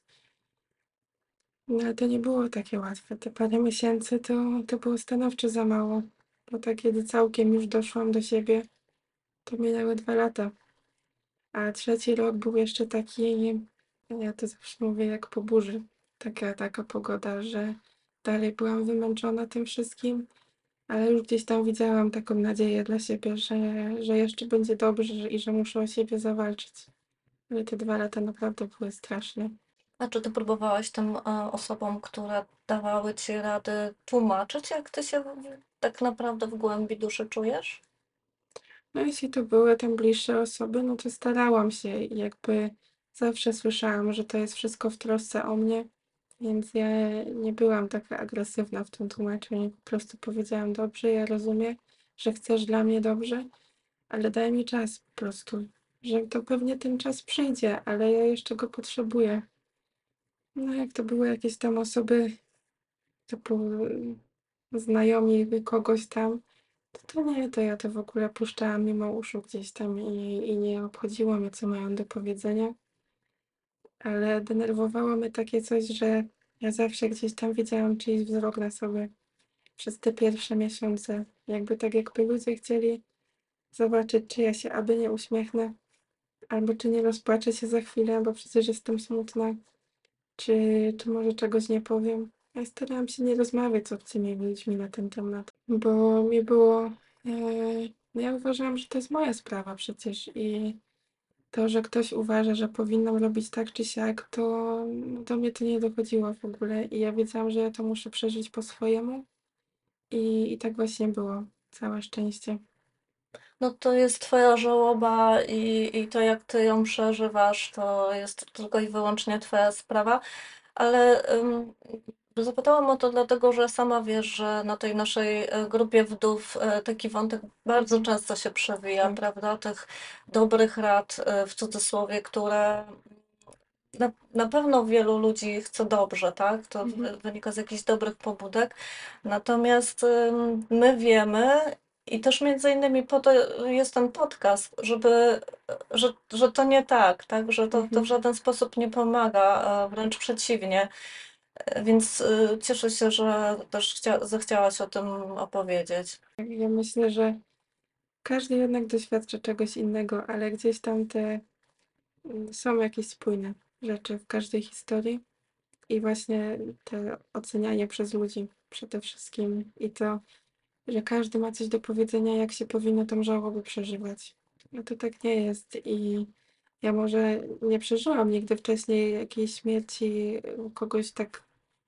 No ale to nie było takie łatwe. Te parę miesięcy to było stanowczo za mało. Bo tak kiedy całkiem już doszłam do siebie, to minęły 2 lata. A trzeci rok był jeszcze taki, ja to zawsze mówię, jak po burzy. Taka pogoda, że dalej byłam wymęczona tym wszystkim, ale już gdzieś tam widziałam taką nadzieję dla siebie, że jeszcze będzie dobrze i że muszę o siebie zawalczyć. Ale te 2 lata naprawdę były straszne. A czy ty próbowałaś tym osobom, które dawały ci rady, tłumaczyć, jak ty się tak naprawdę w głębi duszy czujesz? No jeśli to były tam bliższe osoby, no to starałam się i jakby zawsze słyszałam, że to jest wszystko w trosce o mnie, więc ja nie byłam taka agresywna w tym tłumaczeniu. Po prostu powiedziałam: dobrze, ja rozumiem, że chcesz dla mnie dobrze, ale daj mi czas po prostu, że to pewnie ten czas przyjdzie, ale ja jeszcze go potrzebuję. No jak to były jakieś tam osoby typu znajomi kogoś tam, to nie, to ja to w ogóle puszczałam mimo uszu gdzieś tam i nie obchodziło mnie, co mają do powiedzenia, ale denerwowało mnie takie coś, że ja zawsze gdzieś tam widziałam czyjś wzrok na sobie przez te pierwsze miesiące. Jakby ludzie chcieli zobaczyć, czy ja się aby nie uśmiechnę, albo czy nie rozpłaczę się za chwilę, bo przecież jestem smutna, czy może czegoś nie powiem. Ja starałam się nie rozmawiać z obcymi ludźmi na ten temat, bo mi było. No ja uważałam, że to jest moja sprawa przecież i to, że ktoś uważa, że powinnam robić tak czy siak, to do mnie to nie dochodziło w ogóle i ja wiedziałam, że ja to muszę przeżyć po swojemu i tak właśnie było. Całe szczęście. No to jest twoja żałoba i to, jak ty ją przeżywasz, to jest tylko i wyłącznie twoja sprawa, ale zapytałam o to dlatego, że sama wiesz, że na tej naszej grupie wdów taki wątek bardzo często się przewija, Tak. prawda? Tych dobrych rad, w cudzysłowie, które na pewno wielu ludzi chce dobrze, tak? To Mhm. wynika z jakichś dobrych pobudek. Natomiast my wiemy i też między innymi po to jest ten podcast, że to nie tak, tak? Że to w Mhm. żaden sposób nie pomaga, wręcz przeciwnie. Więc cieszę się, że też zechciałaś o tym opowiedzieć. Ja myślę, że każdy jednak doświadcza czegoś innego, ale gdzieś tam są jakieś spójne rzeczy w każdej historii. i właśnie te ocenianie przez ludzi przede wszystkim i to, że każdy ma coś do powiedzenia, jak się powinno tą żałobę przeżywać. No to tak nie jest i ja może nie przeżyłam nigdy wcześniej jakiejś śmierci kogoś tak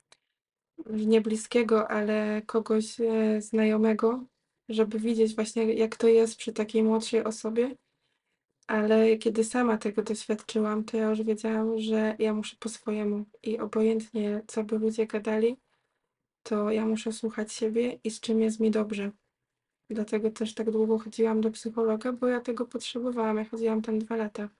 nie bliskiego, ale kogoś znajomego, żeby widzieć właśnie, jak to jest przy takiej młodszej osobie. Ale kiedy sama tego doświadczyłam, to ja już wiedziałam, że ja muszę po swojemu i obojętnie, co by ludzie gadali, to ja muszę słuchać siebie i z czym jest mi dobrze. Dlatego też tak długo chodziłam do psychologa, bo ja tego potrzebowałam. Ja chodziłam tam 2 lata.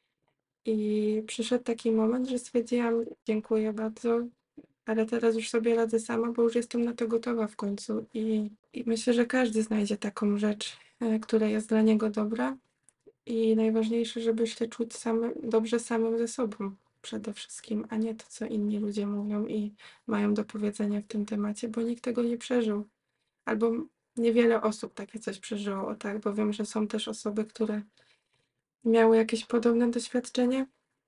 I przyszedł taki moment, że stwierdziłam: dziękuję bardzo, ale teraz już sobie radzę sama, bo już jestem na to gotowa w końcu. I myślę, że każdy znajdzie taką rzecz, która jest dla niego dobra. I najważniejsze, żeby się czuć dobrze samym ze sobą przede wszystkim, a nie to, co inni ludzie mówią i mają do powiedzenia w tym temacie, bo nikt tego nie przeżył. Albo niewiele osób takie coś przeżyło, o tak, bo wiem, że są też osoby, które miały jakieś podobne doświadczenie,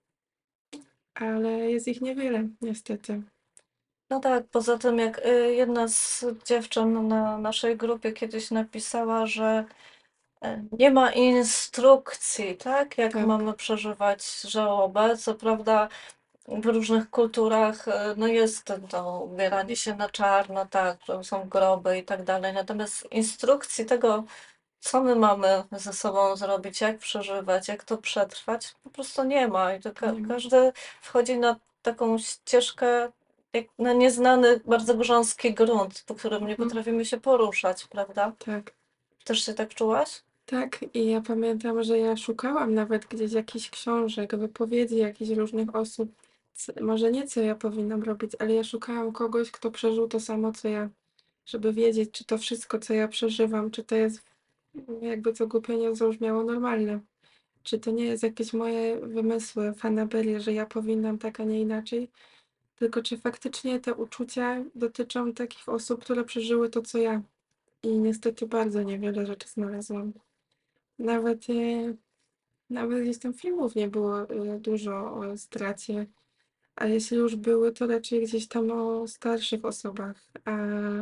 ale jest ich niewiele, niestety. No tak, poza tym jak jedna z dziewczyn na naszej grupie kiedyś napisała, że nie ma instrukcji, tak, jak Tak, mamy przeżywać żałobę. Co prawda w różnych kulturach no jest to ubieranie się na czarno, tak, że są groby i tak dalej. Natomiast instrukcji tego, co my mamy ze sobą zrobić, jak przeżywać, jak to przetrwać, po prostu nie ma. I to nie ma. każdy wchodzi na taką ścieżkę, jak na nieznany, bardzo grząski grunt, po którym nie Mhm. potrafimy się poruszać, prawda? Tak. Też się tak czułaś? Tak, i ja pamiętam, że ja szukałam nawet gdzieś jakichś książek, wypowiedzi jakichś różnych osób. Może nie co ja powinnam robić, ale ja szukałam kogoś, kto przeżył to samo co ja, żeby wiedzieć, czy to wszystko, co ja przeżywam, czy to jest, jakby co głupio nie zabrzmiało, normalne. Czy to nie jest jakieś moje wymysły, fanaberie, że ja powinnam tak, a nie inaczej, tylko czy faktycznie te uczucia dotyczą takich osób, które przeżyły to, co ja. I niestety bardzo niewiele rzeczy znalazłam. Nawet, nawet gdzieś tam filmów nie było dużo o stracie, a jeśli już były, to raczej gdzieś tam o starszych osobach, a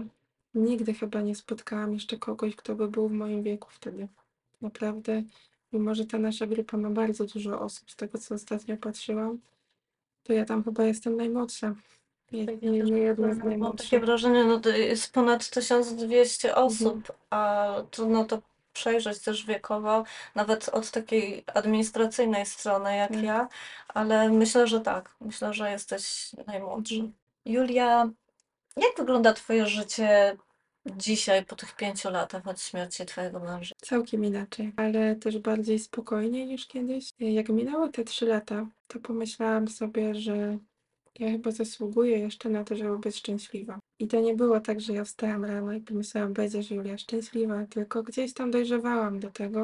nigdy chyba nie spotkałam jeszcze kogoś, kto by był w moim wieku wtedy. Naprawdę, mimo że ta nasza grupa ma bardzo dużo osób, z tego co ostatnio patrzyłam, to ja tam chyba jestem najmłodsza. Tak, ja Nie, też nie jedna z mam takie najmłodszych. wrażenie, no to jest ponad 1200 Mhm, osób, a trudno to przejrzeć też wiekowo, nawet od takiej administracyjnej strony jak tak. ja, ale myślę, że tak. Myślę, że jesteś Mhm. najmłodszy. Julia, jak wygląda Twoje życie dzisiaj, po tych 5 latach od śmierci Twojego męża? Całkiem inaczej, ale też bardziej spokojnie niż kiedyś. Jak minęły te 3 lata, to pomyślałam sobie, że ja chyba zasługuję jeszcze na to, żeby być szczęśliwa. I to nie było tak, że ja wstałam rano i pomyślałam: będziesz, Julia, szczęśliwa, tylko gdzieś tam dojrzewałam do tego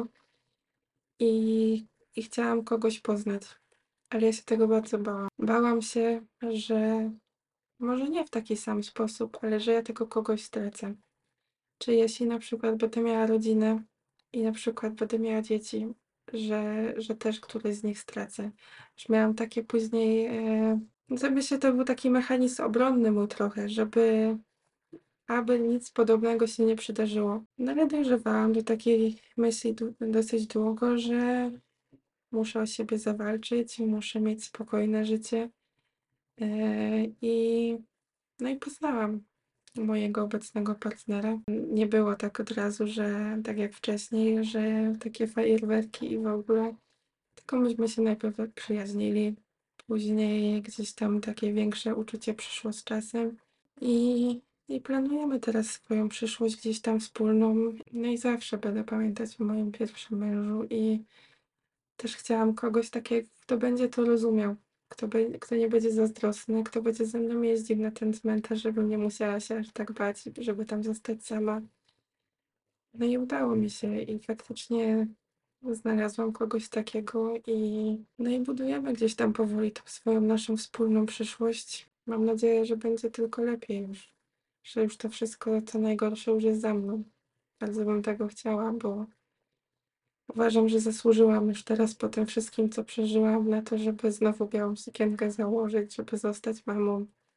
i, i chciałam kogoś poznać, ale ja się tego bardzo bałam. Bałam się, że może nie w taki sam sposób, ale że ja tego kogoś stracę. Czy jeśli na przykład będę miała rodzinę i na przykład będę miała dzieci, że też któreś z nich stracę. Już miałam takie później, myślę, to był taki mechanizm obronny mój trochę, żeby aby nic podobnego się nie przydarzyło. No ale dojrzewałam do takiej myśli dosyć długo, że muszę o siebie zawalczyć, muszę mieć spokojne życie. I no i poznałam mojego obecnego partnera. Nie było tak od razu, że tak jak wcześniej, że takie fajerwerki i w ogóle, tylko myśmy się najpierw przyjaźnili, później gdzieś tam takie większe uczucie przyszło z czasem i, i planujemy teraz swoją przyszłość gdzieś tam wspólną. No i zawsze będę pamiętać o moim pierwszym mężu i też chciałam kogoś takiego, kto będzie to rozumiał, kto nie będzie zazdrosny, kto będzie ze mną jeździł na ten cmentarz, żebym nie musiała się aż tak bać, żeby tam zostać sama. No i udało mi się i faktycznie znalazłam kogoś takiego no i budujemy gdzieś tam powoli tą swoją naszą wspólną przyszłość. Mam nadzieję, że będzie tylko lepiej już, że już to wszystko, co najgorsze już jest za mną. Bardzo bym tego chciała, bo uważam, że zasłużyłam już teraz po tym wszystkim, co przeżyłam, na to, żeby znowu białą sukienkę założyć, żeby zostać mamą.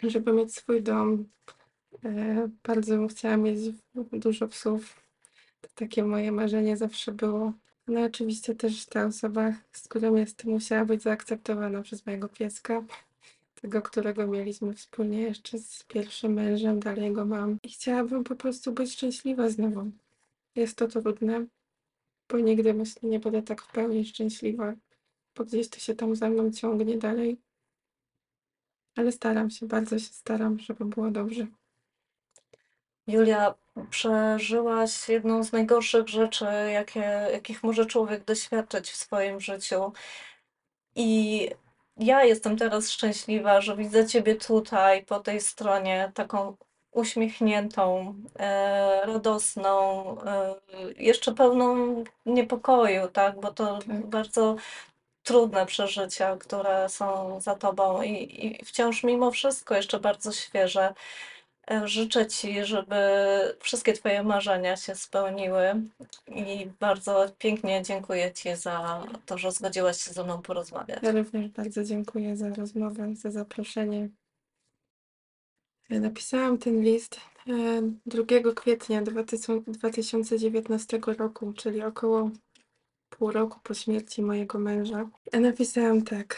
żeby mieć swój dom. Bardzo bym chciała mieć dużo psów. To takie moje marzenie zawsze było. No i oczywiście też ta osoba, z którą jestem, musiała być zaakceptowana przez mojego pieska. Tego, którego mieliśmy wspólnie jeszcze z pierwszym mężem, dalej go mam. I chciałabym po prostu być szczęśliwa znowu. Jest to trudne, bo nigdy myślę nie będę tak w pełni szczęśliwa, bo gdzieś to się tam za mną ciągnie dalej. Ale staram się, bardzo się staram, żeby było dobrze. Julia, przeżyłaś jedną z najgorszych rzeczy, jakich może człowiek doświadczyć w swoim życiu. I ja jestem teraz szczęśliwa, że widzę Ciebie tutaj, po tej stronie, taką uśmiechniętą, radosną, jeszcze pełną niepokoju, tak? Bo to Tak, bardzo trudne przeżycia, które są za Tobą i wciąż mimo wszystko jeszcze bardzo świeże. Życzę Ci, żeby wszystkie Twoje marzenia się spełniły i bardzo pięknie dziękuję Ci za to, że zgodziłaś się ze mną porozmawiać. ja również bardzo dziękuję za rozmowę, za zaproszenie. Ja napisałam ten list 2 kwietnia 2019 roku, czyli około pół roku po śmierci mojego męża. Ja napisałam tak.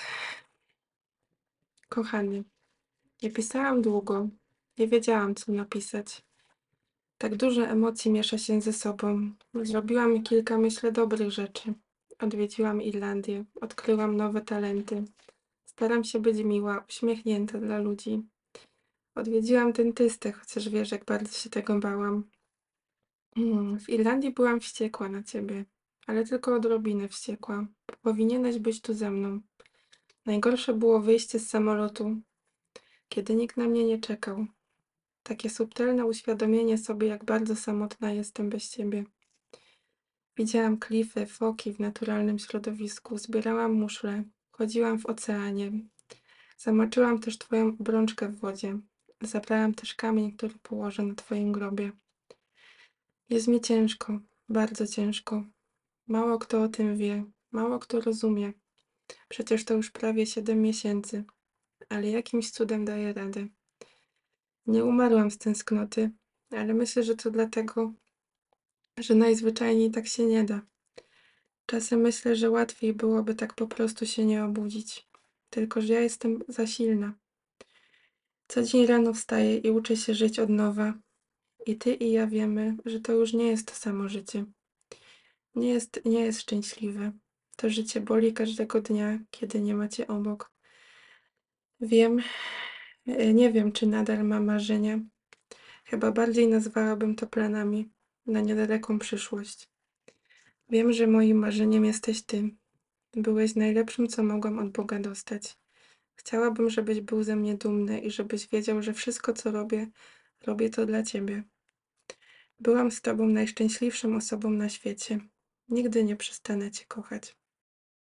Kochany, nie pisałam długo. Nie wiedziałam, co napisać. Tak dużo emocji miesza się ze sobą. Zrobiłam kilka, myślę, dobrych rzeczy. Odwiedziłam Irlandię, odkryłam nowe talenty. Staram się być miła, uśmiechnięta dla ludzi. Odwiedziłam dentystę, chociaż wiesz, jak bardzo się tego bałam. W Irlandii byłam wściekła na ciebie, ale tylko odrobinę wściekła. Powinieneś być tu ze mną. Najgorsze było wyjście z samolotu, kiedy nikt na mnie nie czekał. Takie subtelne uświadomienie sobie, jak bardzo samotna jestem bez ciebie. Widziałam klify, foki w naturalnym środowisku, zbierałam muszle, chodziłam w oceanie. Zamoczyłam też twoją obrączkę w wodzie. Zabrałam też kamień, który położę na twoim grobie. Jest mi ciężko, bardzo ciężko. Mało kto o tym wie, mało kto rozumie. Przecież to już prawie 7 miesięcy, ale jakimś cudem daję radę. Nie umarłam z tęsknoty, ale myślę, że to dlatego, że najzwyczajniej tak się nie da. Czasem myślę, że łatwiej byłoby tak po prostu się nie obudzić. Tylko że ja jestem za silna. Co dzień rano wstaję i uczę się żyć od nowa. I ty i ja wiemy, że to już nie jest to samo życie. Nie jest szczęśliwe. To życie boli każdego dnia, kiedy nie macie obok. Wiem, nie wiem, czy nadal mam marzenia. Chyba bardziej nazwałabym to planami na niedaleką przyszłość. Wiem, że moim marzeniem jesteś ty. Byłeś najlepszym, co mogłam od Boga dostać. Chciałabym, żebyś był ze mnie dumny i żebyś wiedział, że wszystko, co robię, robię to dla ciebie. Byłam z tobą najszczęśliwszą osobą na świecie. Nigdy nie przestanę cię kochać.